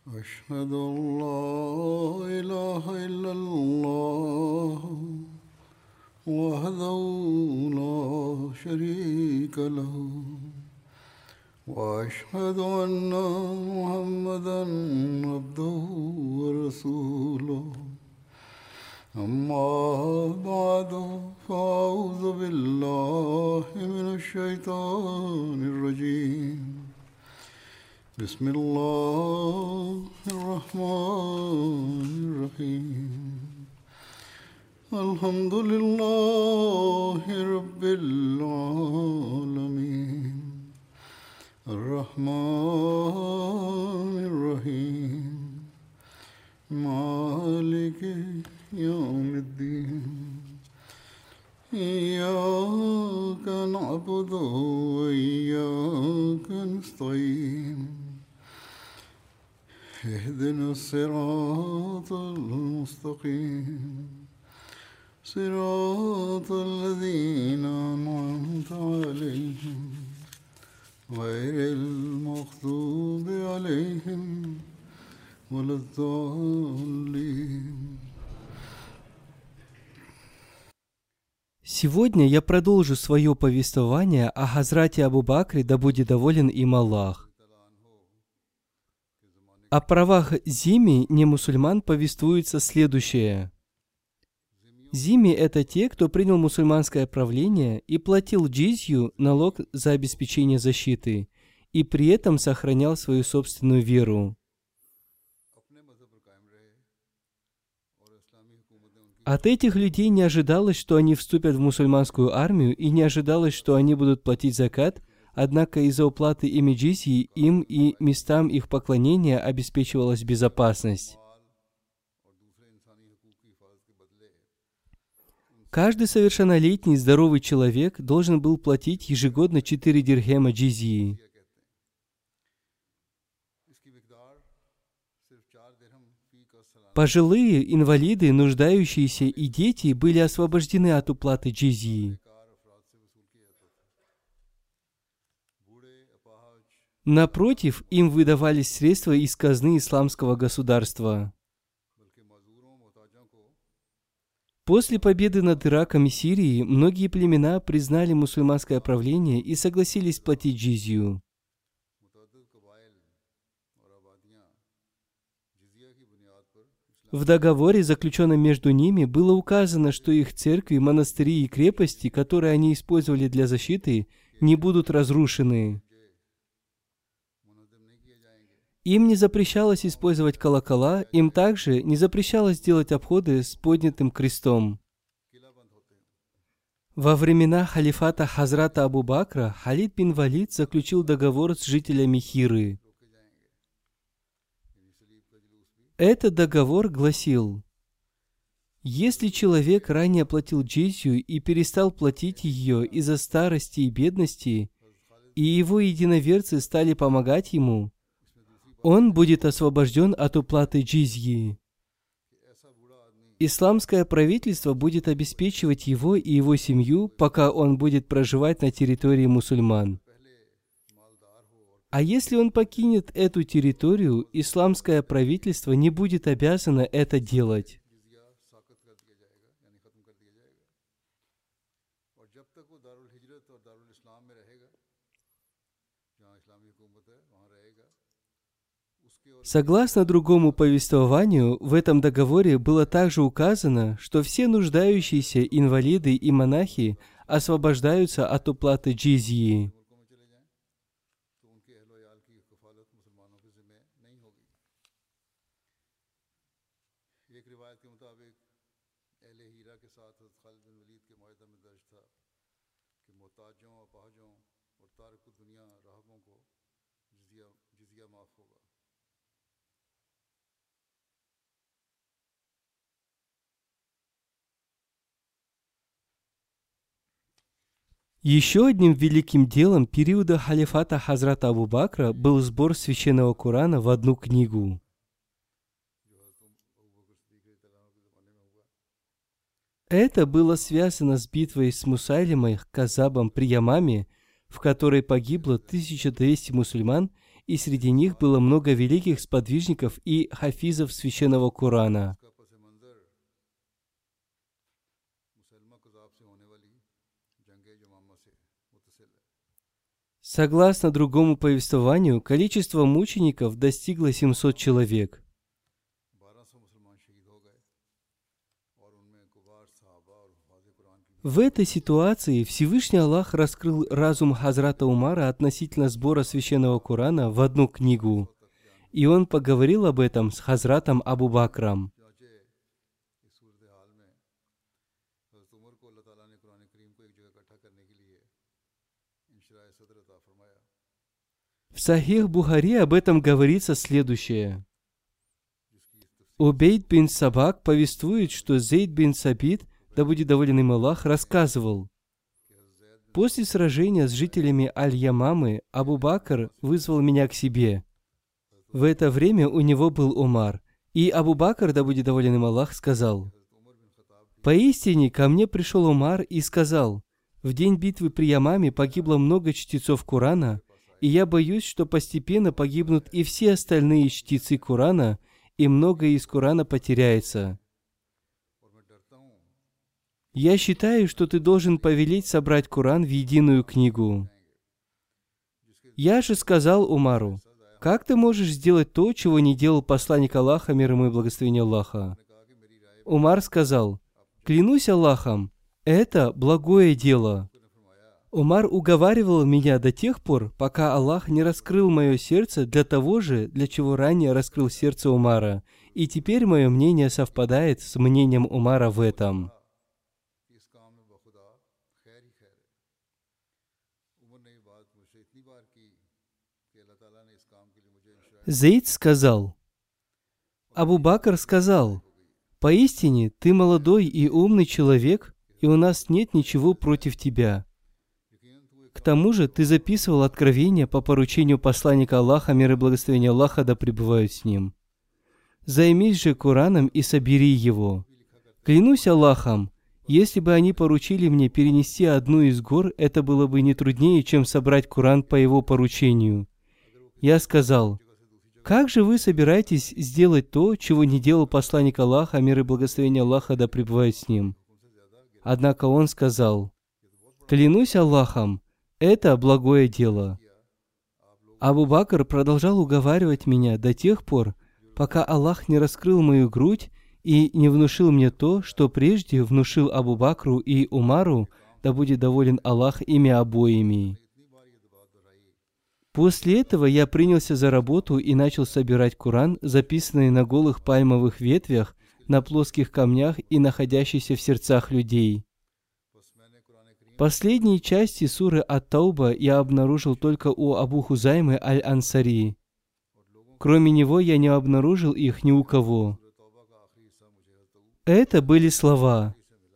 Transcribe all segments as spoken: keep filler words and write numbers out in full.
أشهد أن لا إله إلا الله وحده لا شريك له وأشهد أن محمدا عبده ورسوله أما بعد فأعوذ بالله من الشيطان الرجيم بسم الله الرحمن الرحيم الحمد لله رب العالمين الرحمن الرحيم مالك يوم الدين إياك نعبد وإياك نستعين اهدنا الصراط المستقيم صراط الذين أنعمت عليهم غير المغضوب عليهم ولا الضالين. Сегодня я продолжу свое повествование о Хазрате Абу Бакре, да будет доволен им Аллах. О правах зимми немусульман повествуется следующее. Зимми – это те, кто принял мусульманское правление и платил джизью, налог за обеспечение защиты, и при этом сохранял свою собственную веру. От этих людей не ожидалось, что они вступят в мусульманскую армию, и не ожидалось, что они будут платить закат, однако из-за уплаты ими джизьи им и местам их поклонения обеспечивалась безопасность. Каждый совершеннолетний здоровый человек должен был платить ежегодно четыре дирхема джизьи. Пожилые, инвалиды, нуждающиеся и дети были освобождены от уплаты джизьи. Напротив, им выдавались средства из казны исламского государства. После победы над Ираком и Сирией многие племена признали мусульманское правление и согласились платить джизью. В договоре, заключенном между ними, было указано, что их церкви, монастыри и крепости, которые они использовали для защиты, не будут разрушены. Им не запрещалось использовать колокола, им также не запрещалось делать обходы с поднятым крестом. Во времена халифата Хазрата Абу Бакра Халид бин Валид заключил договор с жителями Хиры. Этот договор гласил: если человек ранее платил джизью и перестал платить ее из-за старости и бедности, и его единоверцы стали помогать ему, он будет освобожден от уплаты джизьи. Исламское правительство будет обеспечивать его и его семью, пока он будет проживать на территории мусульман. А если он покинет эту территорию, исламское правительство не будет обязано это делать. Согласно другому повествованию, в этом договоре было также указано, что все нуждающиеся инвалиды и монахи освобождаются от уплаты джизьи. Еще одним великим делом периода халифата Хазрата Абу Бакра был сбор священного Корана в одну книгу. Это было связано с битвой с Мусайлимой Казабом при Ямаме, в которой погибло тысяча двести мусульман и среди них было много великих сподвижников и хафизов священного Корана. Согласно другому повествованию, количество мучеников достигло семьсот человек. В этой ситуации Всевышний Аллах раскрыл разум Хазрата Умара относительно сбора священного Корана в одну книгу, и он поговорил об этом с Хазратом Абу Бакром. В Сахих Бухари об этом говорится следующее. Убейд бин Сабак повествует, что Зейд бин Сабит, да будет доволен им Аллах, рассказывал: после сражения с жителями Аль-Ямамы Абу Бакр вызвал меня к себе. В это время у него был Умар, и Абу Бакр, да будет доволен им Аллах, сказал: поистине ко мне пришел Умар и сказал: в день битвы при Ямаме погибло много чтецов Корана, и я боюсь, что постепенно погибнут и все остальные чтецы Корана, и многое из Корана потеряется. Я считаю, что ты должен повелеть собрать Коран в единую книгу. Я же сказал Умару: как ты можешь сделать то, чего не делал посланник Аллаха, мир ему и благословение Аллаха? Умар сказал: клянусь Аллахом, это благое дело. Умар уговаривал меня до тех пор, пока Аллах не раскрыл мое сердце для того же, для чего ранее раскрыл сердце Умара, и теперь мое мнение совпадает с мнением Умара в этом. Зейд сказал: Абу Бакр сказал: поистине ты молодой и умный человек, и у нас нет ничего против тебя. К тому же ты записывал откровения по поручению посланника Аллаха, мир и благословение Аллаха да пребывают с ним. Займись же Кораном и собери его. Клянусь Аллахом, если бы они поручили мне перенести одну из гор, это было бы не труднее, чем собрать Коран по его поручению. Я сказал: как же вы собираетесь сделать то, чего не делал посланник Аллаха, мир и благословение Аллаха да пребывает с ним? Однако он сказал: клянусь Аллахом, это благое дело. Абу Бакр продолжал уговаривать меня до тех пор, пока Аллах не раскрыл мою грудь и не внушил мне то, что прежде внушил Абу Бакру и Умару, да будет доволен Аллах ими обоими. После этого я принялся за работу и начал собирать Коран, записанный на голых пальмовых ветвях, на плоских камнях и находящийся в сердцах людей. Последние части суры Ат-Тауба я обнаружил только у Абу Хузаймы Аль-Ансари. Кроме него я не обнаружил их ни у кого. Это были слова: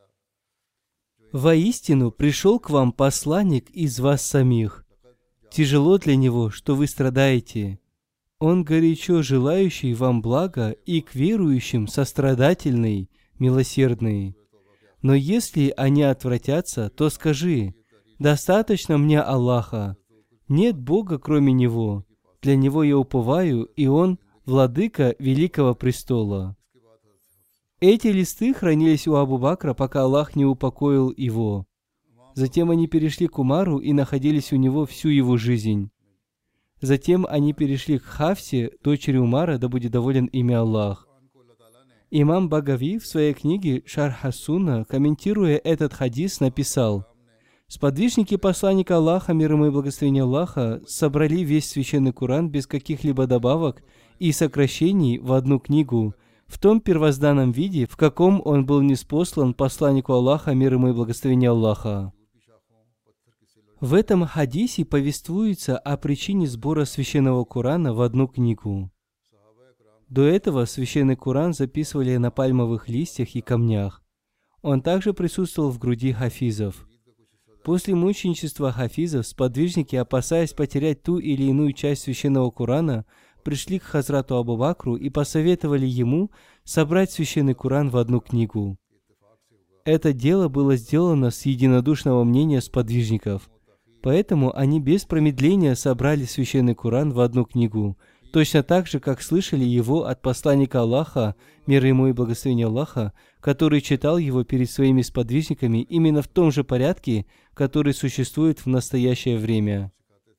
«Воистину пришел к вам посланник из вас самих. Тяжело для него, что вы страдаете. Он горячо желающий вам блага и к верующим сострадательный, милосердный. Но если они отвратятся, то скажи: достаточно мне Аллаха. Нет Бога, кроме Него. Для Него я уповаю, и Он — владыка Великого Престола». Эти листы хранились у Абу Бакра, пока Аллах не упокоил его. Затем они перешли к Умару и находились у него всю его жизнь. Затем они перешли к Хафсе, дочери Умара, да будет доволен ими Аллах. Имам Багави в своей книге «Шарх ас-Сунна», комментируя этот хадис, написал: «Сподвижники посланника Аллаха, мир ему и благословение Аллаха, собрали весь священный Коран без каких-либо добавок и сокращений в одну книгу, в том первозданном виде, в каком он был ниспослан посланнику Аллаха, мир ему и благословение Аллаха». В этом хадисе повествуется о причине сбора священного Корана в одну книгу. До этого священный Коран записывали на пальмовых листьях и камнях. Он также присутствовал в груди хафизов. После мученичества хафизов сподвижники, опасаясь потерять ту или иную часть священного Корана, пришли к Хазрату Абу Бакру и посоветовали ему собрать священный Коран в одну книгу. Это дело было сделано с единодушного мнения сподвижников. Поэтому они без промедления собрали Священный Коран в одну книгу, точно так же, как слышали его от посланника Аллаха, мир ему и благословение Аллаха, который читал его перед своими сподвижниками именно в том же порядке, который существует в настоящее время.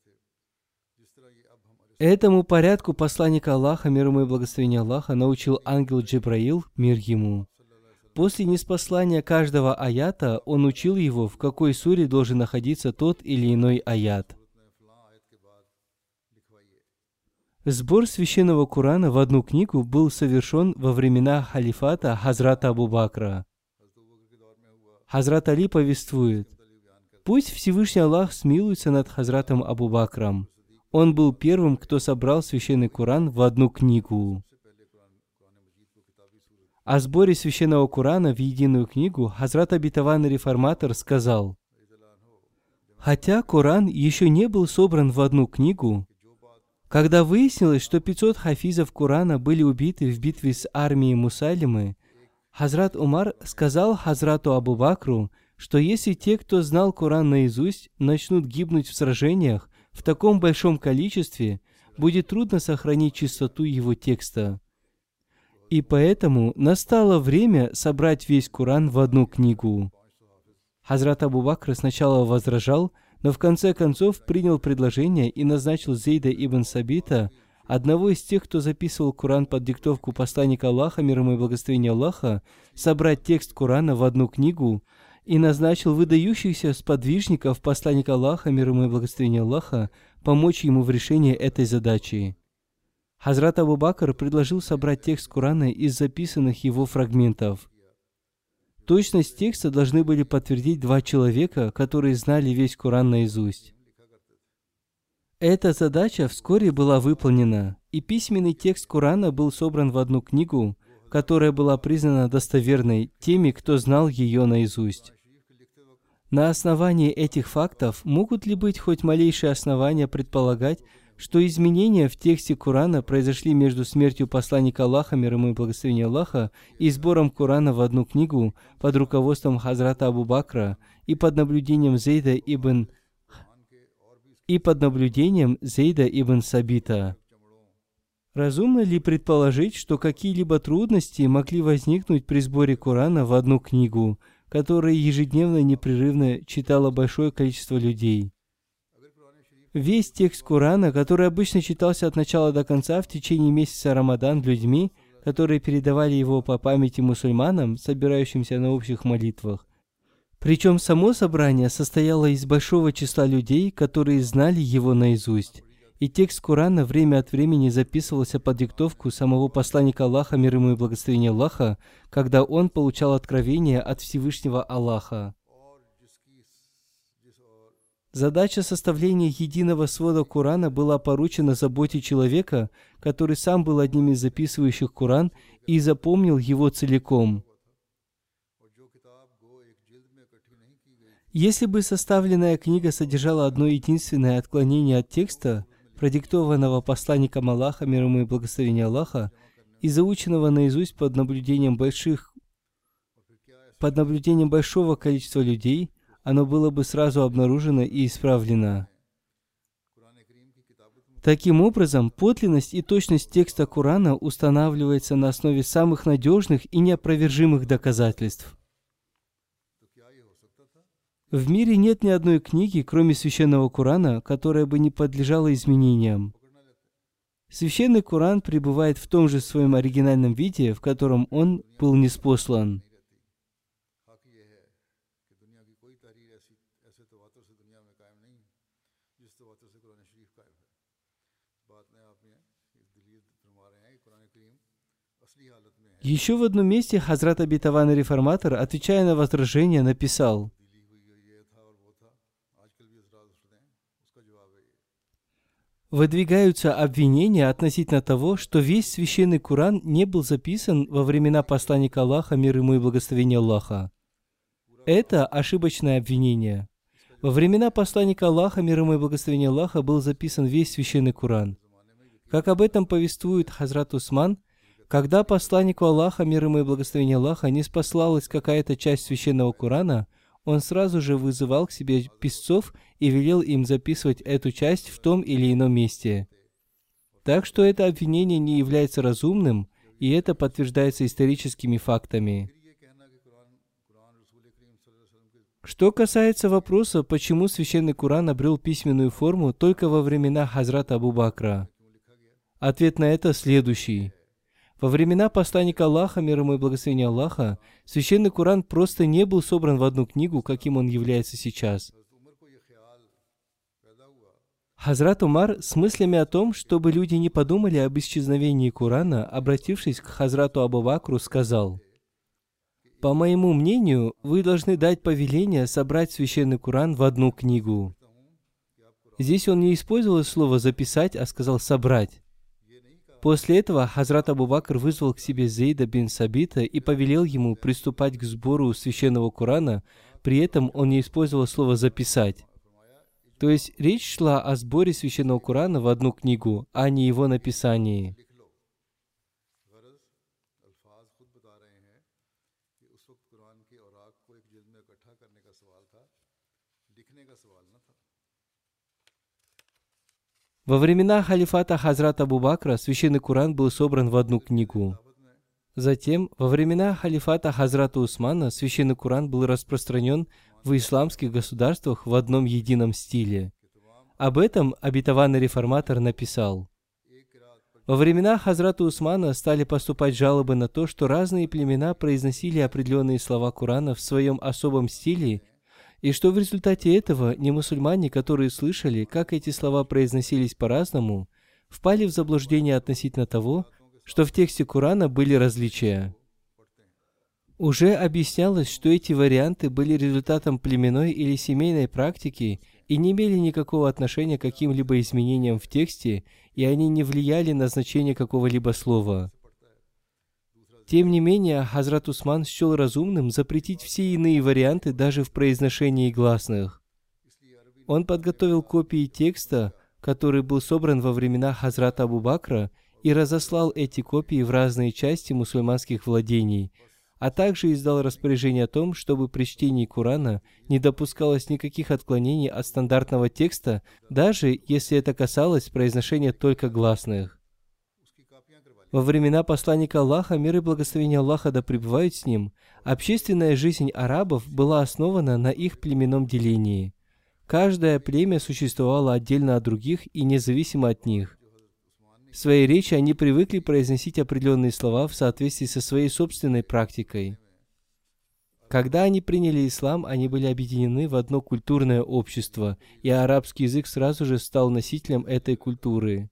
Этому порядку посланника Аллаха, мир ему и благословение Аллаха, научил ангел Джибраил, мир ему. После ниспослания каждого аята он учил его, в какой суре должен находиться тот или иной аят. Сбор Священного Корана в одну книгу был совершен во времена халифата Хазрата Абу Бакра. Хазрат Али повествует: «Пусть Всевышний Аллах смилуется над Хазратом Абу Бакром. Он был первым, кто собрал Священный Коран в одну книгу». О сборе Священного Корана в единую книгу Хазрат Обетованный Реформатор сказал: «Хотя Коран еще не был собран в одну книгу, когда выяснилось, что пятьсот хафизов Корана были убиты в битве с армией Мусайлимы, Хазрат Умар сказал Хазрату Абу Бакру, что если те, кто знал Коран наизусть, начнут гибнуть в сражениях в таком большом количестве, будет трудно сохранить чистоту его текста. И поэтому настало время собрать весь Коран в одну книгу». Хазрат Абу Бакр сначала возражал, но в конце концов принял предложение и назначил Зейда ибн Сабита, одного из тех, кто записывал Коран под диктовку посланника Аллаха, мир ему и благословение Аллаха, собрать текст Корана в одну книгу, и назначил выдающихся сподвижников посланника Аллаха, мир ему и благословение Аллаха, помочь ему в решении этой задачи. Хазрат Абу Бакр предложил собрать текст Корана из записанных его фрагментов. Точность текста должны были подтвердить два человека, которые знали весь Коран наизусть. Эта задача вскоре была выполнена, и письменный текст Корана был собран в одну книгу, которая была признана достоверной теми, кто знал ее наизусть. На основании этих фактов могут ли быть хоть малейшие основания предполагать, что изменения в тексте Корана произошли между смертью посланника Аллаха, мир ему и благословение Аллаха, и сбором Корана в одну книгу под руководством Хазрата Абу Бакра и под наблюдением Зейда ибн и под наблюдением Зейда ибн Сабита? Разумно ли предположить, что какие-либо трудности могли возникнуть при сборе Корана в одну книгу, которую ежедневно непрерывно читало большое количество людей? Весь текст Корана, который обычно читался от начала до конца в течение месяца Рамадан людьми, которые передавали его по памяти мусульманам, собирающимся на общих молитвах. Причем само собрание состояло из большого числа людей, которые знали его наизусть. И текст Корана время от времени записывался под диктовку самого посланника Аллаха, мир ему и благословение Аллаха, когда он получал откровение от Всевышнего Аллаха. Задача составления единого свода Корана была поручена заботе человека, который сам был одним из записывающих Коран и запомнил его целиком. Если бы составленная книга содержала одно единственное отклонение от текста, продиктованного посланником Аллаха, мир ему и благословение Аллаха, и заученного наизусть под наблюдением больших, под наблюдением большого количества людей, оно было бы сразу обнаружено и исправлено. Таким образом, подлинность и точность текста Корана устанавливается на основе самых надежных и неопровержимых доказательств. В мире нет ни одной книги, кроме Священного Корана, которая бы не подлежала изменениям. Священный Коран пребывает в том же своем оригинальном виде, в котором он был ниспослан. Еще в одном месте Хазрат Обетованный Реформатор, отвечая на возражение, написал: «Выдвигаются обвинения относительно того, что весь Священный Коран не был записан во времена посланника Аллаха, мир ему и благословение Аллаха. Это ошибочное обвинение. Во времена посланника Аллаха, мир ему и благословение Аллаха, был записан весь Священный Коран. Как об этом повествует Хазрат Усман, когда посланнику Аллаха, мир ему и благословение Аллаха, не спаслалась какая-то часть Священного Корана, он сразу же вызывал к себе писцов и велел им записывать эту часть в том или ином месте. Так что это обвинение не является разумным, и это подтверждается историческими фактами. Что касается вопроса, почему Священный Коран обрел письменную форму только во времена Хазрата Абу Бакра, ответ на это следующий. Во времена посланника Аллаха, мир ему и благословения Аллаха, Священный Коран просто не был собран в одну книгу, каким он является сейчас. Хазрат Умар с мыслями о том, чтобы люди не подумали об исчезновении Корана, обратившись к Хазрату Абу Бакру, сказал: «По моему мнению, вы должны дать повеление собрать Священный Коран в одну книгу». Здесь он не использовал слово «записать», а сказал «собрать». После этого Хазрат Абу Бакр вызвал к себе Зейда бин Сабита и повелел ему приступать к сбору Священного Корана, при этом он не использовал слово «записать». То есть речь шла о сборе Священного Корана в одну книгу, а не его написании. Во времена халифата Хазрата Абу Бакра Священный Коран был собран в одну книгу. Затем, во времена халифата Хазрата Усмана Священный Коран был распространен в исламских государствах в одном едином стиле. Об этом обетованный реформатор написал: «Во времена Хазрата Усмана стали поступать жалобы на то, что разные племена произносили определенные слова Корана в своем особом стиле, и что в результате этого немусульмане, которые слышали, как эти слова произносились по-разному, впали в заблуждение относительно того, что в тексте Корана были различия. Уже объяснялось, что эти варианты были результатом племенной или семейной практики и не имели никакого отношения к каким-либо изменениям в тексте, и они не влияли на значение какого-либо слова. Тем не менее, Хазрат Усман счел разумным запретить все иные варианты даже в произношении гласных. Он подготовил копии текста, который был собран во времена Хазрата Абу Бакра, и разослал эти копии в разные части мусульманских владений, а также издал распоряжение о том, чтобы при чтении Корана не допускалось никаких отклонений от стандартного текста, даже если это касалось произношения только гласных. Во времена посланника Аллаха, мир и благословение Аллаха да пребывают с ним, общественная жизнь арабов была основана на их племенном делении. Каждое племя существовало отдельно от других и независимо от них. В своей речи они привыкли произносить определенные слова в соответствии со своей собственной практикой. Когда они приняли ислам, они были объединены в одно культурное общество, и арабский язык сразу же стал носителем этой культуры.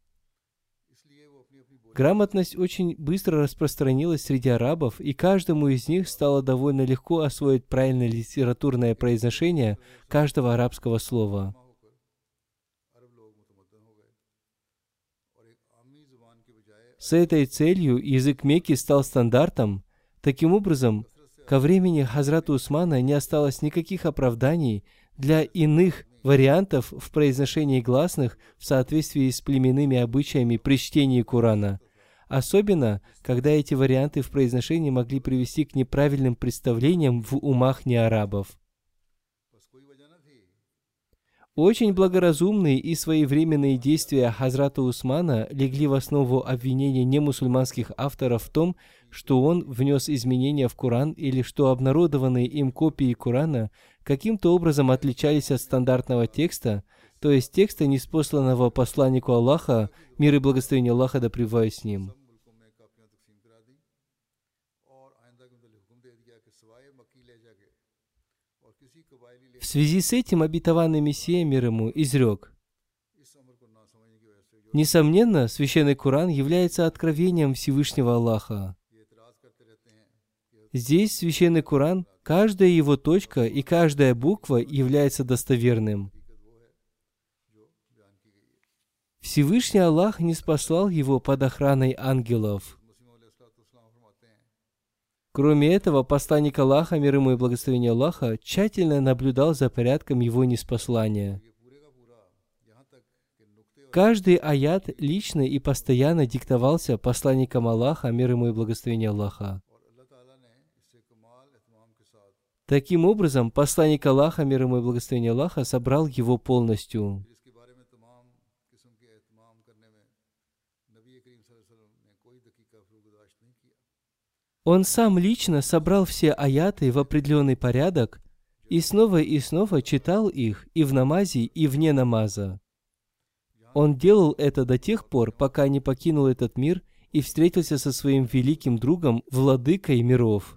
Грамотность очень быстро распространилась среди арабов, и каждому из них стало довольно легко освоить правильное литературное произношение каждого арабского слова. С этой целью язык Мекки стал стандартом. Таким образом, ко времени Хазрата Усмана не осталось никаких оправданий для иных вариантов в произношении гласных в соответствии с племенными обычаями при чтении Корана, особенно когда эти варианты в произношении могли привести к неправильным представлениям в умах неарабов. Очень благоразумные и своевременные действия Хазрата Усмана легли в основу обвинения немусульманских авторов в том, что он внес изменения в Коран или что обнародованные им копии Корана каким-то образом отличались от стандартного текста, то есть текста, ниспосланного посланнику Аллаха, мир и благословение Аллаха да пребывают с ним. В связи с этим обетованный Мессия, мир ему, изрек: «Несомненно, Священный Коран является откровением Всевышнего Аллаха. Здесь Священный Коран, каждая его точка и каждая буква является достоверным. Всевышний Аллах не спаслал его под охраной ангелов. Кроме этого, посланник Аллаха, мир ему и благословение Аллаха, тщательно наблюдал за порядком его ниспослания. Каждый аят лично и постоянно диктовался посланником Аллаха, мир ему и благословение Аллаха. Таким образом, посланник Аллаха, мир ему и благословение Аллаха, собрал его полностью. Он сам лично собрал все аяты в определенный порядок и снова и снова читал их и в намазе, и вне намаза. Он делал это до тех пор, пока не покинул этот мир и встретился со своим великим другом, владыкой миров.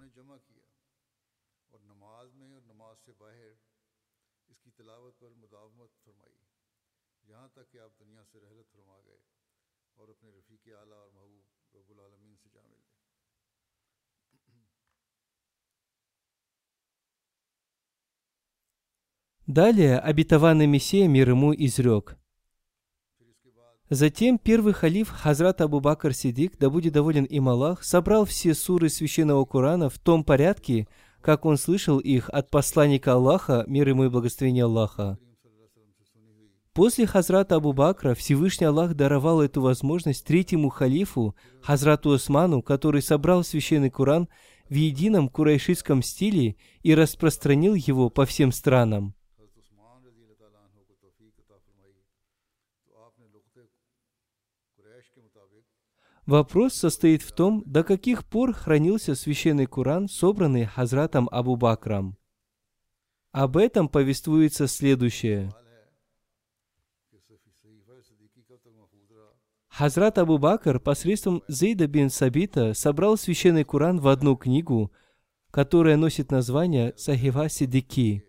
Далее обетованный Мессия, мир ему, изрек: Затем первый халиф Хазрат Абу Бакр Сиддик, да будет доволен им Аллах, собрал все суры Священного Корана в том порядке, как он слышал их от посланника Аллаха, мир ему и благословение Аллаха. После Хазрата Абу Бакра Всевышний Аллах даровал эту возможность третьему халифу, Хазрату Осману, который собрал Священный Коран в едином курайшитском стиле и распространил его по всем странам. Вопрос состоит в том, до каких пор хранился Священный Коран, собранный Хазратом Абу Бакром. Об этом повествуется следующее. Хазрат Абу Бакр посредством Зейда бин Сабита собрал Священный Коран в одну книгу, которая носит название Сахифа Сиддики.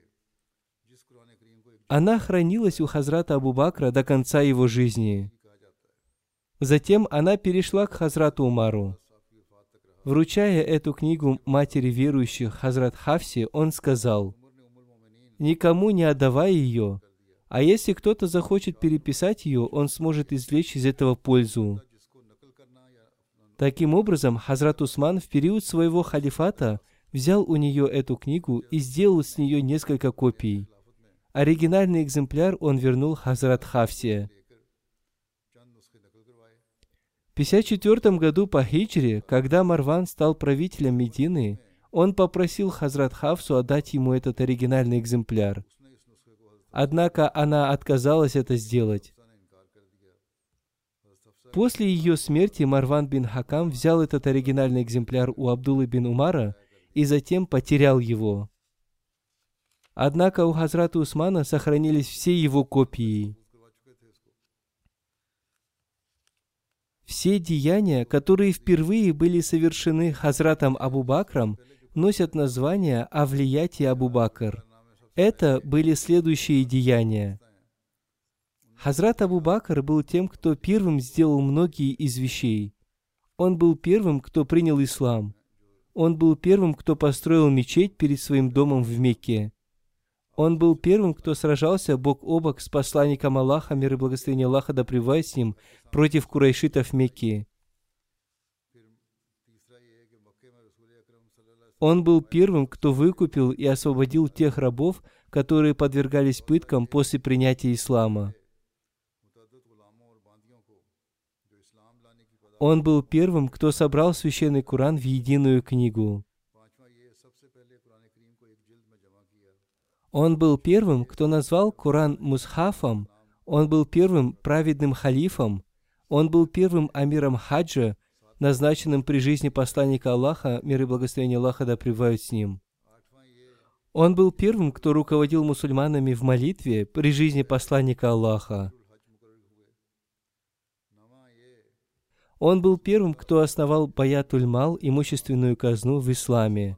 Она хранилась у Хазрата Абу Бакра до конца его жизни. Затем она перешла к Хазрату Умару. Вручая эту книгу матери верующих Хазрат Хафсе, он сказал: «Никому не отдавай ее, а если кто-то захочет переписать ее, он сможет извлечь из этого пользу». Таким образом, Хазрат Усман в период своего халифата взял у нее эту книгу и сделал с нее несколько копий. Оригинальный экземпляр он вернул Хазрат Хафсе. В пятьдесят четвёртом году по хиджре, когда Марван стал правителем Медины, он попросил Хазрат Хафсу отдать ему этот оригинальный экземпляр. Однако она отказалась это сделать. После ее смерти Марван бин Хакам взял этот оригинальный экземпляр у Абдуллы бин Умара и затем потерял его. Однако у Хазрата Усмана сохранились все его копии. Все деяния, которые впервые были совершены Хазратом Абу Бакром, носят название о влиятии Абу Бакр. Это были следующие деяния. Хазрат Абу Бакр был тем, кто первым сделал многие из вещей. Он был первым, кто принял ислам. Он был первым, кто построил мечеть перед своим домом в Мекке. Он был первым, кто сражался бок о бок с посланником Аллаха, мир и благословение Аллаха да пребывает с ним, против курайшитов Мекки. Он был первым, кто выкупил и освободил тех рабов, которые подвергались пыткам после принятия ислама. Он был первым, кто собрал Священный Коран в единую книгу. Он был первым, кто назвал Коран мусхафом. Он был первым праведным халифом. Он был первым амиром хаджа, назначенным при жизни посланника Аллаха, мир и благословение Аллаха да пребывают с ним. Он был первым, кто руководил мусульманами в молитве при жизни посланника Аллаха. Он был первым, кто основал Баятуль-Мал, имущественную казну в исламе.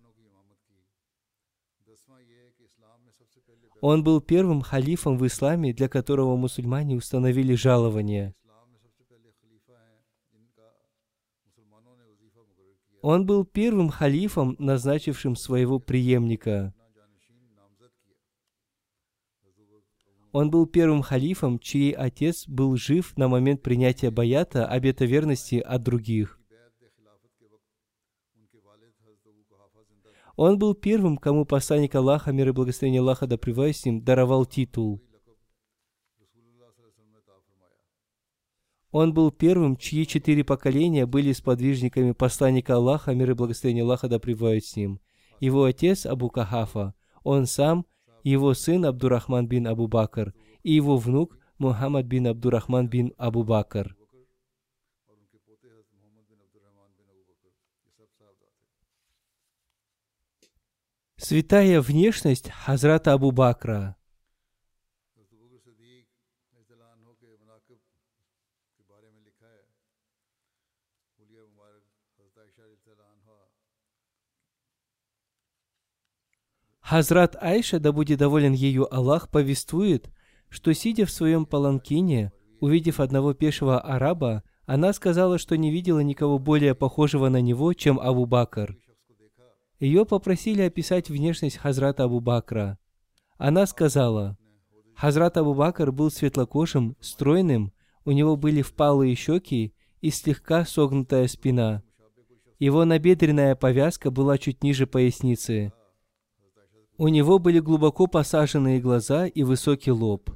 Он был первым халифом в исламе, для которого мусульмане установили жалование. Он был первым халифом, назначившим своего преемника. Он был первым халифом, чей отец был жив на момент принятия баята, обета верности от других. Он был первым, кому посланник Аллаха, мир и благословение Аллаха да пребывает с ним, даровал титул. Он был первым, чьи четыре поколения были сподвижниками посланника Аллаха, мир и благословение Аллаха да пребывает с ним. его отец Абу Кахафа, он сам, его сын Абдурахман бин Абу Бакр и его внук Мухаммад бин Абдурахман бин Абу Бакр. Святая внешность Хазрата Абу Бакра. Хазрат Айша, да будет доволен ею Аллах, повествует, что, сидя в своем паланкине, увидев одного пешего араба, она сказала, что не видела никого более похожего на него, чем Абу Бакр. Ее попросили описать внешность Хазрата Абу Бакра. Она сказала: Хазрат Абу Бакр был светлокожим, стройным, у него были впалые щеки и слегка согнутая спина. Его набедренная повязка была чуть ниже поясницы. У него были глубоко посаженные глаза и высокий лоб.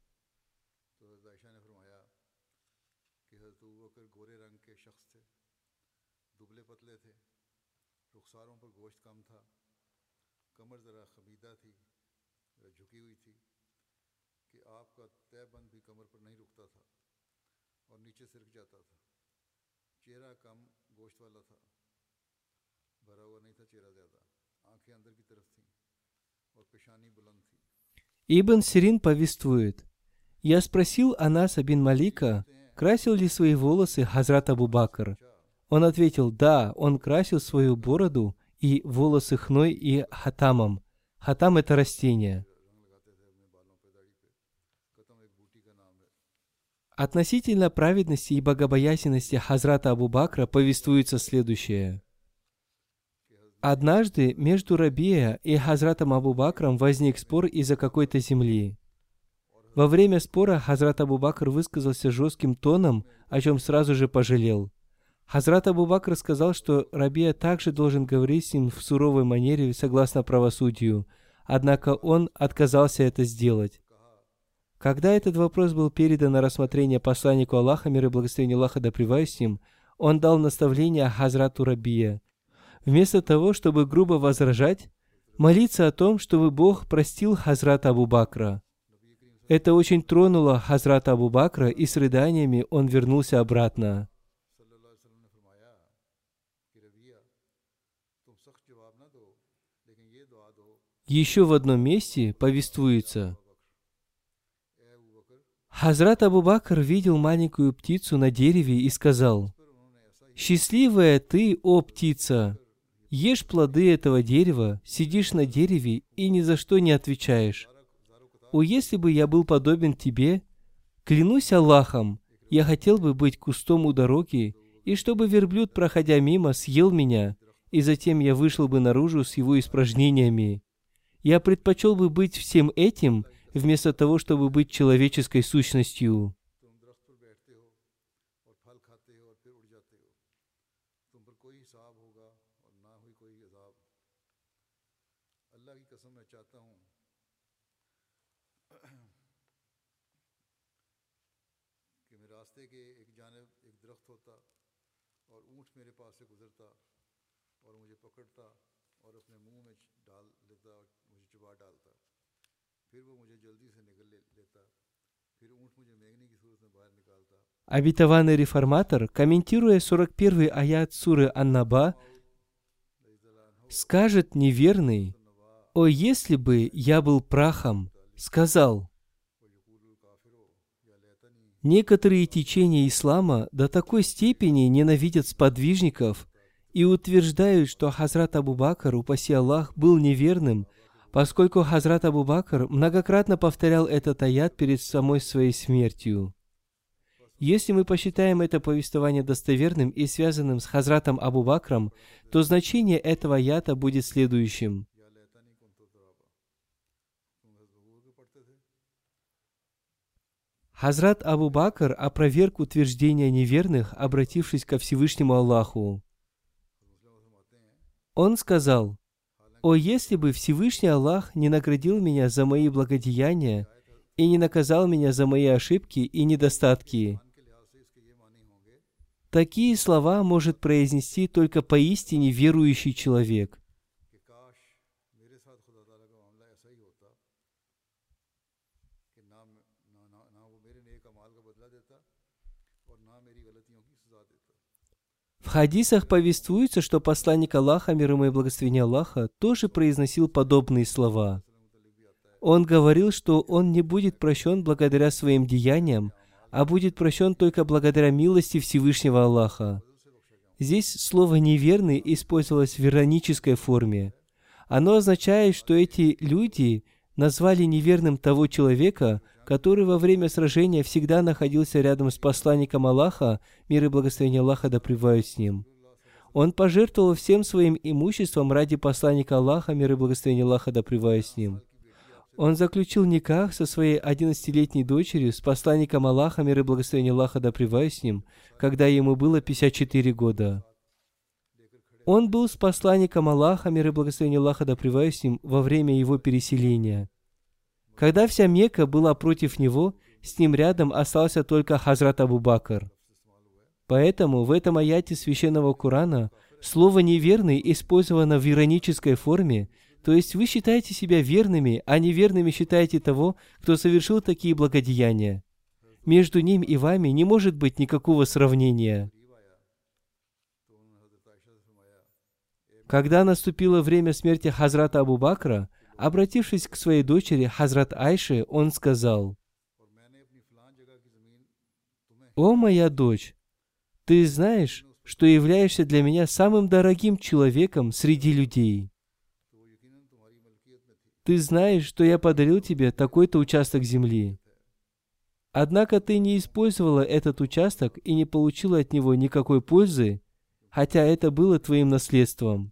Ибн Сирин повествует: «Я спросил Анаса бин Малика, красил ли свои волосы Хазрат Абу Бакр. Он ответил: да, он красил свою бороду и волосы хной и хатамом. Хатам — это растение». Относительно праведности и богобоязненности Хазрата Абу Бакра повествуется следующее. Однажды между Рабия и Хазратом Абу Бакром возник спор из-за какой-то земли. Во время спора Хазрат Абу Бакр высказался жестким тоном, о чем сразу же пожалел. Хазрат Абу Бакр сказал, что Рабия также должен говорить с ним в суровой манере согласно правосудию, однако он отказался это сделать. Когда этот вопрос был передан на рассмотрение посланнику Аллаха, мир и благословение Аллаха да пребывает с ним, он дал наставление Хазрату Рабия. Вместо того, чтобы грубо возражать, молиться о том, чтобы Бог простил Хазрата Абу Бакра. Это очень тронуло Хазрата Абу Бакра, и с рыданиями он вернулся обратно. Еще в одном месте повествуется: Хазрат Абу Бакр видел маленькую птицу на дереве и сказал: «Счастливая ты, о птица! Ешь плоды этого дерева, сидишь на дереве и ни за что не отвечаешь. О, если бы я был подобен тебе, клянусь Аллахом, я хотел бы быть кустом у дороги, и чтобы верблюд, проходя мимо, съел меня, и затем я вышел бы наружу с его испражнениями. Я предпочел бы быть всем этим, вместо того, чтобы быть человеческой сущностью». Обетованный реформатор, комментируя сорок первый аят суры Ан-Наба, скажет неверный: «О, если бы я был прахом!» сказал: некоторые течения ислама до такой степени ненавидят сподвижников и утверждают, что Хазрат Абу Бакр, упаси Аллах, был неверным, поскольку Хазрат Абу Бакр многократно повторял этот аят перед самой своей смертью. Если мы посчитаем это повествование достоверным и связанным с Хазратом Абу Бакром, то значение этого аята будет следующим. Хазрат Абу Бакр опроверг утверждения неверных, обратившись ко Всевышнему Аллаху. Он сказал: «О, если бы Всевышний Аллах не наградил меня за мои благодеяния и не наказал меня за мои ошибки и недостатки». Такие слова может произнести только поистине верующий человек. В хадисах повествуется, что посланник Аллаха, мир ему и благословение Аллаха, тоже произносил подобные слова. Он говорил, что он не будет прощен благодаря своим деяниям, а будет прощен только благодаря милости Всевышнего Аллаха. Здесь слово «неверный» использовалось в иронической форме. Оно означает, что эти люди назвали неверным того человека, который во время сражения всегда находился рядом с посланником Аллаха, мир и благословение Аллаха да пребывают с ним. Он пожертвовал всем своим имуществом ради посланника Аллаха, мир и благословение Аллаха да пребывают с ним. Он заключил никах со своей одиннадцатилетней дочерью с посланником Аллаха, мир и благословение Аллаха да пребывают с ним, когда ему было пятьдесят четыре года. Он был с посланником Аллаха, мир и благословение Аллаха да пребывают с ним, во время его переселения. Когда вся Мекка была против него, с ним рядом остался только Хазрат Абу Бакр. Поэтому в этом аяте Священного Корана слово «неверный» использовано в иронической форме, то есть вы считаете себя верными, а неверными считаете того, кто совершил такие благодеяния. Между ним и вами не может быть никакого сравнения. Когда наступило время смерти Хазрата Абу Бакра, обратившись к своей дочери Хазрат Айше, он сказал: «О моя дочь, ты знаешь, что являешься для меня самым дорогим человеком среди людей. Ты знаешь, что я подарил тебе такой-то участок земли. Однако ты не использовала этот участок и не получила от него никакой пользы, хотя это было твоим наследством.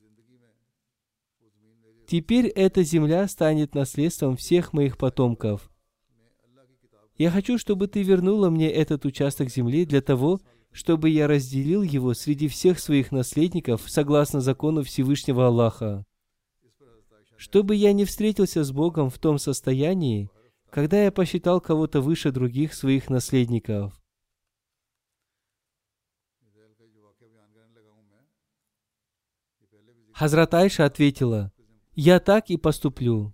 Теперь эта земля станет наследством всех моих потомков. Я хочу, чтобы ты вернула мне этот участок земли для того, чтобы я разделил его среди всех своих наследников согласно закону Всевышнего Аллаха. Чтобы я не встретился с Богом в том состоянии, когда я посчитал кого-то выше других своих наследников». Хазрат Айша ответила: «Я так и поступлю».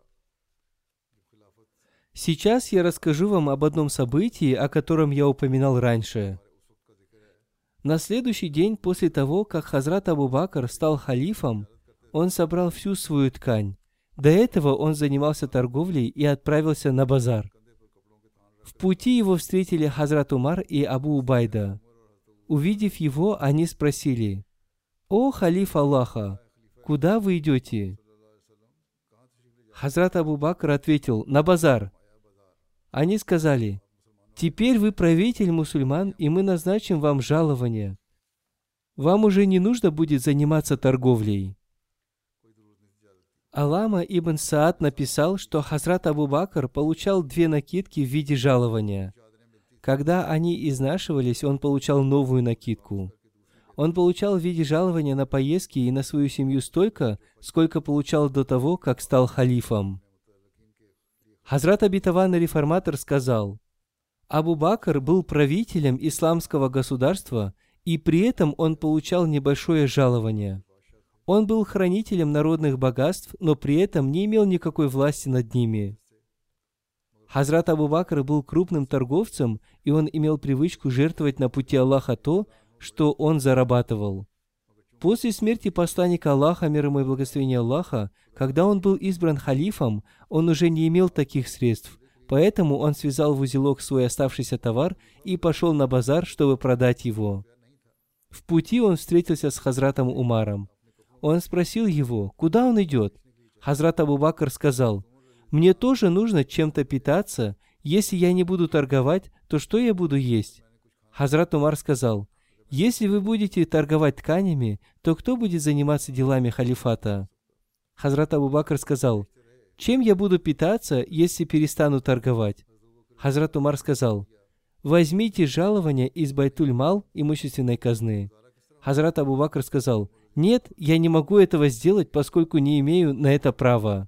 Сейчас я расскажу вам об одном событии, о котором я упоминал раньше. На следующий день после того, как Хазрат Абу Бакр стал халифом, он собрал всю свою ткань. До этого он занимался торговлей и отправился на базар. В пути его встретили Хазрат Умар и Абу Убайда. Увидев его, они спросили: «О, халиф Аллаха, куда вы идете?» Хазрат Абу Бакр ответил: «На базар». Они сказали: «Теперь вы правитель мусульман, и мы назначим вам жалование. Вам уже не нужно будет заниматься торговлей». Аллама ибн Саад написал, что Хазрат Абу Бакр получал две накидки в виде жалования. Когда они изнашивались, он получал новую накидку. Он получал в виде жалования на поездки и на свою семью столько, сколько получал до того, как стал халифом. Хазрат обетованный реформатор сказал: Абу Бакр был правителем исламского государства, и при этом он получал небольшое жалование. Он был хранителем народных богатств, но при этом не имел никакой власти над ними. Хазрат Абу Бакр был крупным торговцем, и он имел привычку жертвовать на пути Аллаха то, что он зарабатывал. После смерти посланника Аллаха, мир ему и благословение Аллаха, когда он был избран халифом, он уже не имел таких средств, поэтому он связал в узелок свой оставшийся товар и пошел на базар, чтобы продать его. В пути он встретился с Хазратом Умаром. Он спросил его, куда он идет. Хазрат Абу Бакр сказал: «Мне тоже нужно чем-то питаться. Если я не буду торговать, то что я буду есть?» Хазрат Умар сказал: «Если вы будете торговать тканями, то кто будет заниматься делами халифата?» Хазрат Абу Бакр сказал: «Чем я буду питаться, если перестану торговать?» Хазрат Умар сказал: «Возьмите жалование из Байтуль-Мал, имущественной казны». Хазрат Абу Бакр сказал: «Нет, я не могу этого сделать, поскольку не имею на это права».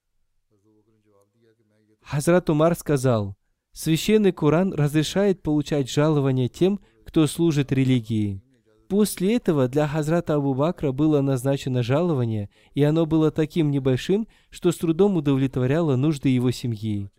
Хазрат Умар сказал: «Священный Коран разрешает получать жалование тем, кто служит религии». После этого для Хазрата Абу Бакра было назначено жалование, и оно было таким небольшим, что с трудом удовлетворяло нужды его семьи.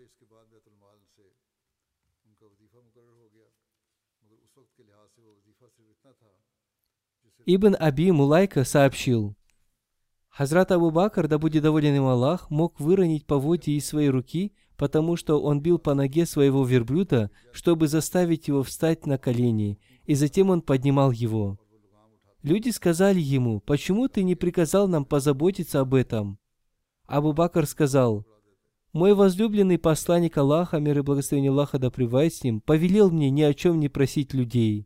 Ибн Аби Мулайка сообщил: Хазрат Абу Бакр, да будет доволен им Аллах, мог выронить поводья из своей руки, потому что он бил по ноге своего верблюда, чтобы заставить его встать на колени, и затем он поднимал его. Люди сказали ему: «Почему ты не приказал нам позаботиться об этом?» Абу Бакр сказал: «Мой возлюбленный посланник Аллаха, мир и благословение Аллаха да пребывает с ним, повелел мне ни о чем не просить людей».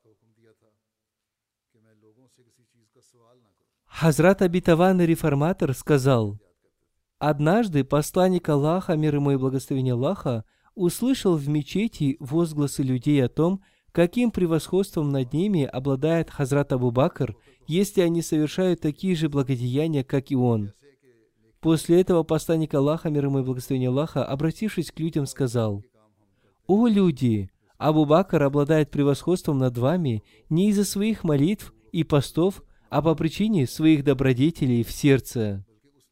Хазрат Обетованный Реформатор сказал: «Однажды посланник Аллаха, мир ему и благословение Аллаха, услышал в мечети возгласы людей о том, каким превосходством над ними обладает Хазрат Абу Бакр, если они совершают такие же благодеяния, как и он». После этого посланник Аллаха, мир ему и благословение Аллаха, обратившись к людям, сказал: «О люди! Абу Бакр обладает превосходством над вами не из-за своих молитв и постов, а по причине своих добродетелей в сердце».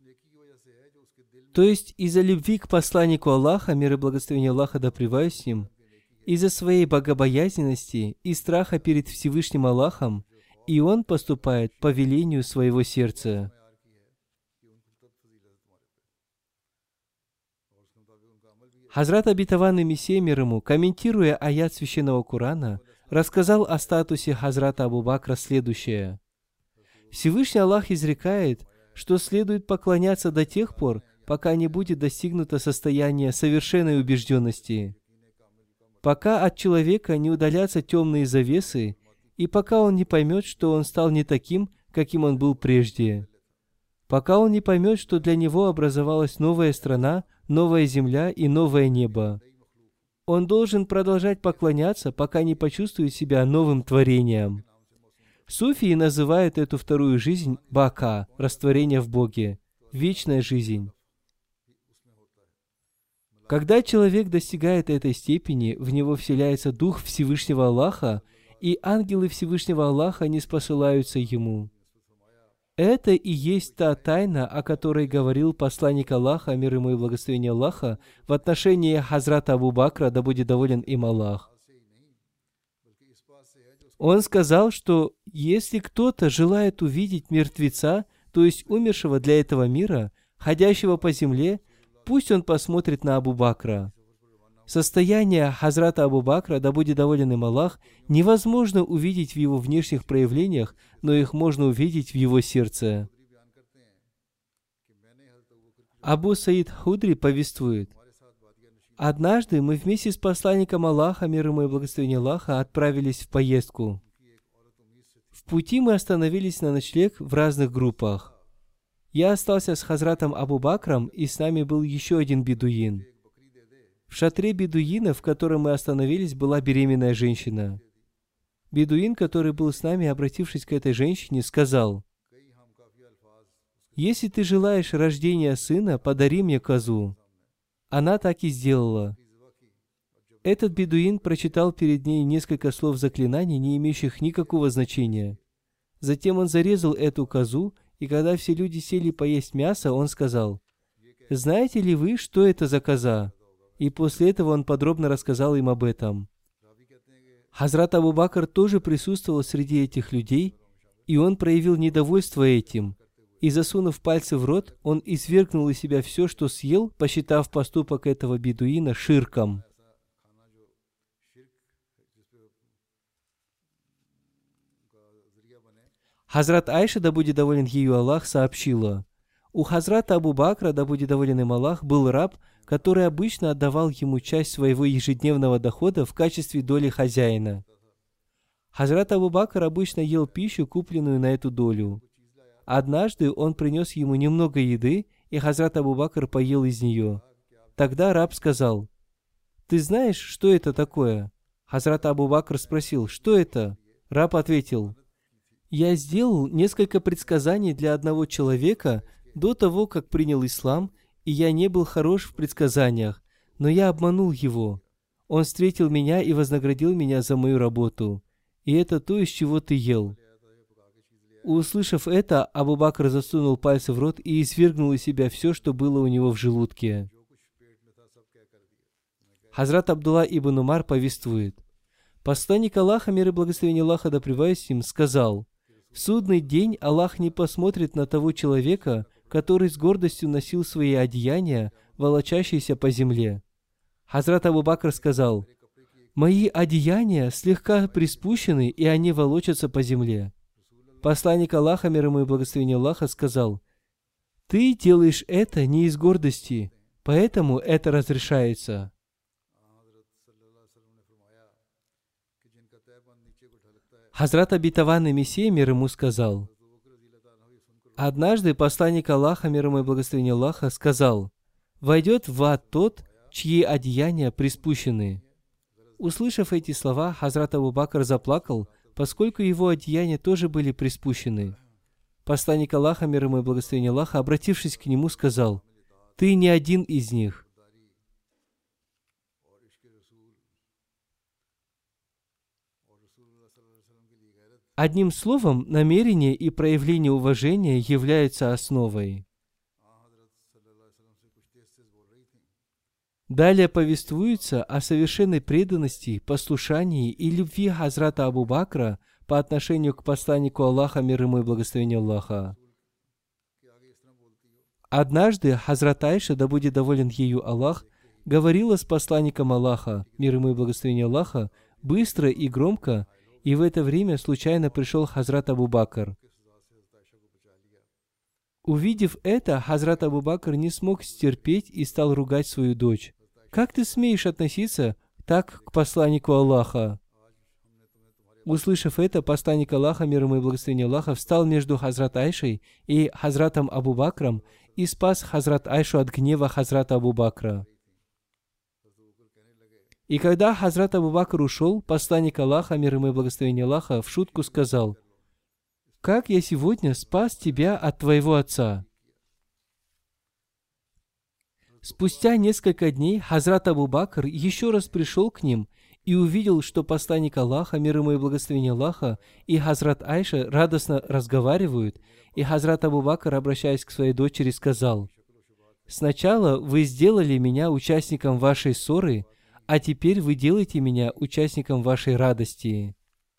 То есть из-за любви к посланнику Аллаха, мир и благословение Аллаха да пребывает с ним, из-за своей богобоязненности и страха перед Всевышним Аллахом, и он поступает по велению своего сердца. Хазрат Обетованный Мессия мир ему, комментируя аят Священного Корана, рассказал о статусе Хазрата Абу Бакра следующее. Всевышний Аллах изрекает, что следует поклоняться до тех пор, пока не будет достигнуто состояние совершенной убежденности, пока от человека не удалятся темные завесы, и пока он не поймет, что он стал не таким, каким он был прежде, пока он не поймет, что для него образовалась новая страна, новая земля и новое небо. Он должен продолжать поклоняться, пока не почувствует себя новым творением. Суфии называют эту вторую жизнь бака, растворение в Боге, вечная жизнь. Когда человек достигает этой степени, в него вселяется Дух Всевышнего Аллаха, и ангелы Всевышнего Аллаха не спосылаются ему. Это и есть та тайна, о которой говорил посланник Аллаха, мир ему и благословение Аллаха, в отношении Хазрата Абу Бакра, да будет доволен им Аллах. Он сказал, что если кто-то желает увидеть мертвеца, то есть умершего для этого мира, ходящего по земле, пусть он посмотрит на Абу Бакра. Состояние Хазрата Абу Бакра, да будет доволен им Аллах, невозможно увидеть в его внешних проявлениях, но их можно увидеть в его сердце. Абу Саид Худри повествует: «Однажды мы вместе с посланником Аллаха, мир ему и благословение Аллаха, отправились в поездку. В пути мы остановились на ночлег в разных группах. Я остался с Хазратом Абу Бакром, и с нами был еще один бедуин. В шатре бедуина, в котором мы остановились, была беременная женщина. Бедуин, который был с нами, обратившись к этой женщине, сказал: «Если ты желаешь рождения сына, подари мне козу». Она так и сделала. Этот бедуин прочитал перед ней несколько слов заклинаний, не имеющих никакого значения. Затем он зарезал эту козу, и когда все люди сели поесть мясо, он сказал: «Знаете ли вы, что это за коза?» И после этого он подробно рассказал им об этом. Хазрат Абу Бакр тоже присутствовал среди этих людей, и он проявил недовольство этим. И, засунув пальцы в рот, он извергнул из себя все, что съел, посчитав поступок этого бедуина ширком. Хазрат Айша, да будет доволен ею Аллах, сообщила: у Хазрата Абу Бакра, да будет доволен им Аллах, был раб, который обычно отдавал ему часть своего ежедневного дохода в качестве доли хозяина. Хазрат Абу Бакр обычно ел пищу, купленную на эту долю. Однажды он принес ему немного еды, и Хазрат Абу Бакр поел из нее. Тогда раб сказал: «Ты знаешь, что это такое?» Хазрат Абу Бакр спросил: «Что это?» Раб ответил: «Я сделал несколько предсказаний для одного человека до того, как принял ислам, и я не был хорош в предсказаниях, но я обманул его. Он встретил меня и вознаградил меня за мою работу. И это то, из чего ты ел». Услышав это, Абу Бакр засунул пальцы в рот и извергнул из себя все, что было у него в желудке. Хазрат Абдулла ибн Умар повествует: посланник Аллаха, мир и благословение Аллаха да пребывает с ним, сказал: В судный день Аллах не посмотрит на того человека, который с гордостью носил свои одеяния, волочащиеся по земле. Хазрат Абу Бакр сказал: «Мои одеяния слегка приспущены, и они волочатся по земле». Посланник Аллаха, мир ему и благословение Аллаха, сказал: «Ты делаешь это не из гордости, поэтому это разрешается». Хазрат обетованный Мессия, мир ему, сказал: «Однажды посланник Аллаха, мир ему и благословение Аллаха, сказал: войдет в ад тот, чьи одеяния приспущены». Услышав эти слова, Хазрат Абу Бакр заплакал, поскольку его одеяния тоже были приспущены. Посланник Аллаха, мир ему и благословение Аллаха, обратившись к нему, сказал: «Ты не один из них». Одним словом, намерение и проявление уважения являются основой. Далее повествуется о совершенной преданности, послушании и любви Хазрата Абу Бакра по отношению к посланнику Аллаха, мир ему и благословение Аллаха. Однажды Хазрат Айша, да будет доволен ею Аллах, говорила с посланником Аллаха, мир ему и благословение Аллаха, быстро и громко, и в это время случайно пришел Хазрат Абу Бакр. Увидев это, Хазрат Абу Бакр не смог стерпеть и стал ругать свою дочь. «Как ты смеешь относиться так к посланнику Аллаха?» Услышав это, посланник Аллаха, мир ему и благословение Аллаха, встал между Хазрат Айшей и Хазратом Абу Бакром и спас Хазрат Айшу от гнева Хазрата Абу Бакра. И когда Хазрат Абу Бакр ушел, посланник Аллаха, мир ему и благословение Аллаха, в шутку сказал: «Как я сегодня спас тебя от твоего отца?» Спустя несколько дней Хазрат Абу Бакр еще раз пришел к ним и увидел, что посланник Аллаха, мир ему и благословение Аллаха, и Хазрат Айша радостно разговаривают, и Хазрат Абу Бакр, обращаясь к своей дочери, сказал: «Сначала вы сделали меня участником вашей ссоры, а теперь вы делаете меня участником вашей радости».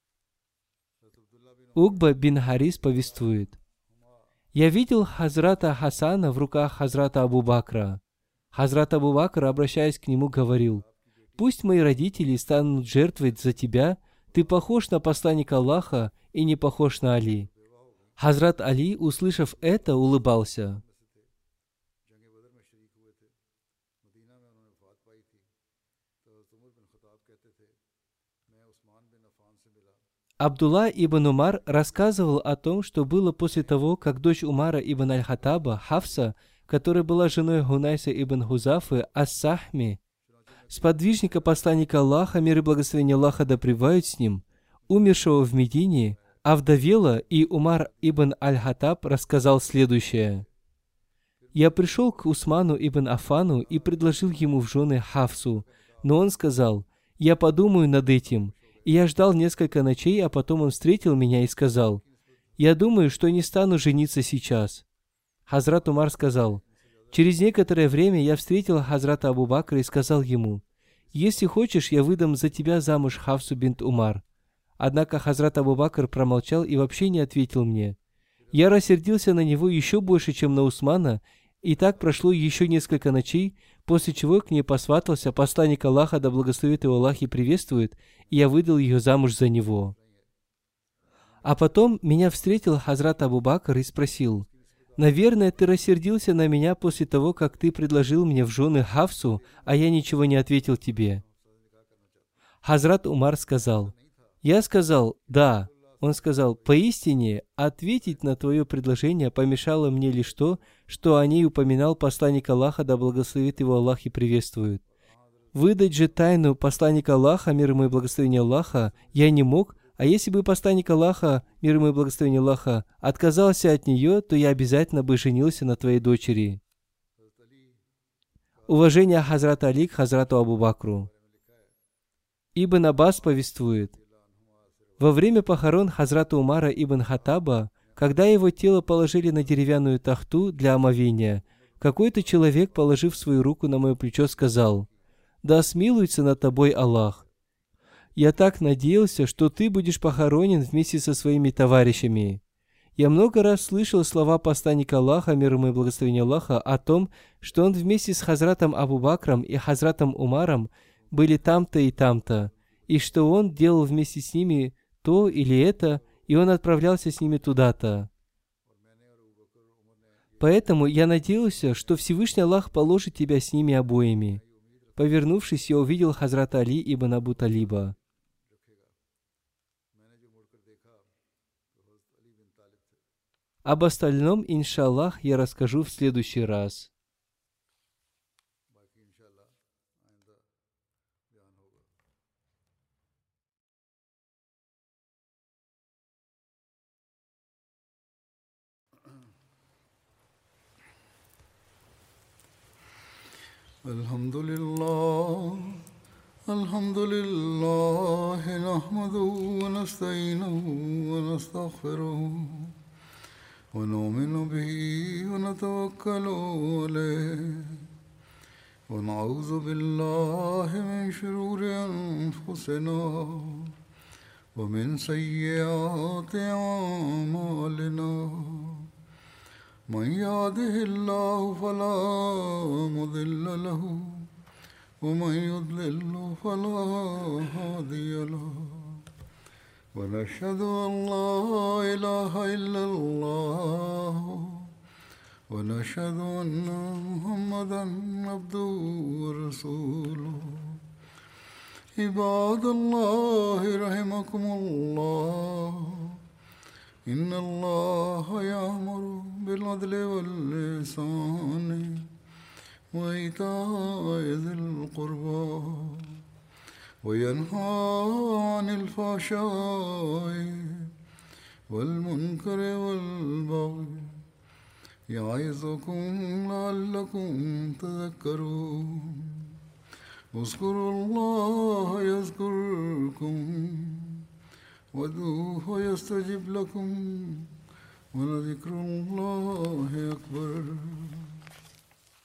Угба бин Харис повествует: «Я видел Хазрата Хасана в руках Хазрата Абу Бакра. Хазрат Абу Бакр, обращаясь к нему, говорил: пусть мои родители станут жертвой за тебя, ты похож на посланника Аллаха и не похож на Али». Хазрат Али, услышав это, улыбался. Абдулла ибн Умар рассказывал о том, что было после того, как дочь Умара ибн Аль-Хаттаба, Хафса, которая была женой Гунайса ибн Хузафы ас-Сахми, сподвижника посланника Аллаха, мир и благословение Аллаха да пребывают с ним, умершего в Медине, овдовела, и Умар ибн Аль-Хаттаб рассказал следующее: «Я пришел к Усману ибн Аффану и предложил ему в жены Хафсу, но он сказал: я подумаю над этим. И я ждал несколько ночей, а потом он встретил меня и сказал: я думаю, что не стану жениться сейчас». Хазрат Умар сказал: через некоторое время я встретил Хазрата Абу Бакра и сказал ему: если хочешь, я выдам за тебя замуж Хафсу бинт Умар. Однако Хазрат Абу Бакр промолчал и вообще не ответил мне. Я рассердился на него еще больше, чем на Усмана, и так прошло еще несколько ночей, после чего к ней посватался посланник Аллаха, да благословит его Аллах и приветствует, и я выдал ее замуж за него. А потом меня встретил Хазрат Абу Бакр и спросил: наверное, ты рассердился на меня после того, как ты предложил мне в жены Хафсу, а я ничего не ответил тебе. Хазрат Умар сказал: я сказал: да. Он сказал: поистине, ответить на твое предложение помешало мне лишь то, что о ней упоминал посланник Аллаха, да благословит его Аллах и приветствует. Выдать же тайну посланника Аллаха, мир ему и благословение Аллаха, я не мог, а если бы посланник Аллаха, мир ему и благословение Аллаха, отказался от нее, то я обязательно бы женился на твоей дочери. Уважение Хазрата Али к Хазрату Абу Бакру. Ибн Аббас повествует: во время похорон Хазрата Умара ибн Хаттаба, когда его тело положили на деревянную тахту для омовения, какой-то человек, положив свою руку на мое плечо, сказал: да смилуется над тобой Аллах. Я так надеялся, что ты будешь похоронен вместе со своими товарищами. Я много раз слышал слова посланника Аллаха, мир ему и благословения Аллаха, о том, что он вместе с Хазратом Абу Бакром и Хазратом Умаром были там-то и там-то, и что он делал вместе с ними то или это, и он отправлялся с ними туда-то. Поэтому я надеялся, что Всевышний Аллах положит тебя с ними обоими. Повернувшись, я увидел Хазрата Али ибн Абу Талиба. Об остальном, иншаллах, я расскажу в следующий раз. Alhamdulillah, alhamdulillah, nahmaduhu wa nasta'inuhu wa nastaghfiruh. ونؤمن به ونتوكل عليه ونعوذ بالله من شرور أنفسنا ومن سيئات أعمالنا من يهده الله فلا مضل له ومن يضلل فلا هادي له ونشهد أن لا إله إلا الله ونشهد أن محمدا عبده ورسوله عباد الله رحمكم الله إن الله يأمر بالعدل والإحسان وإيتاء ذي القربى وينهى عن الفحشاء والمنكر والبغي يعظكم لعلكم تذكرون اذكروا الله يذكركم وادعوه يستجب لكم ولذكر الله أكبر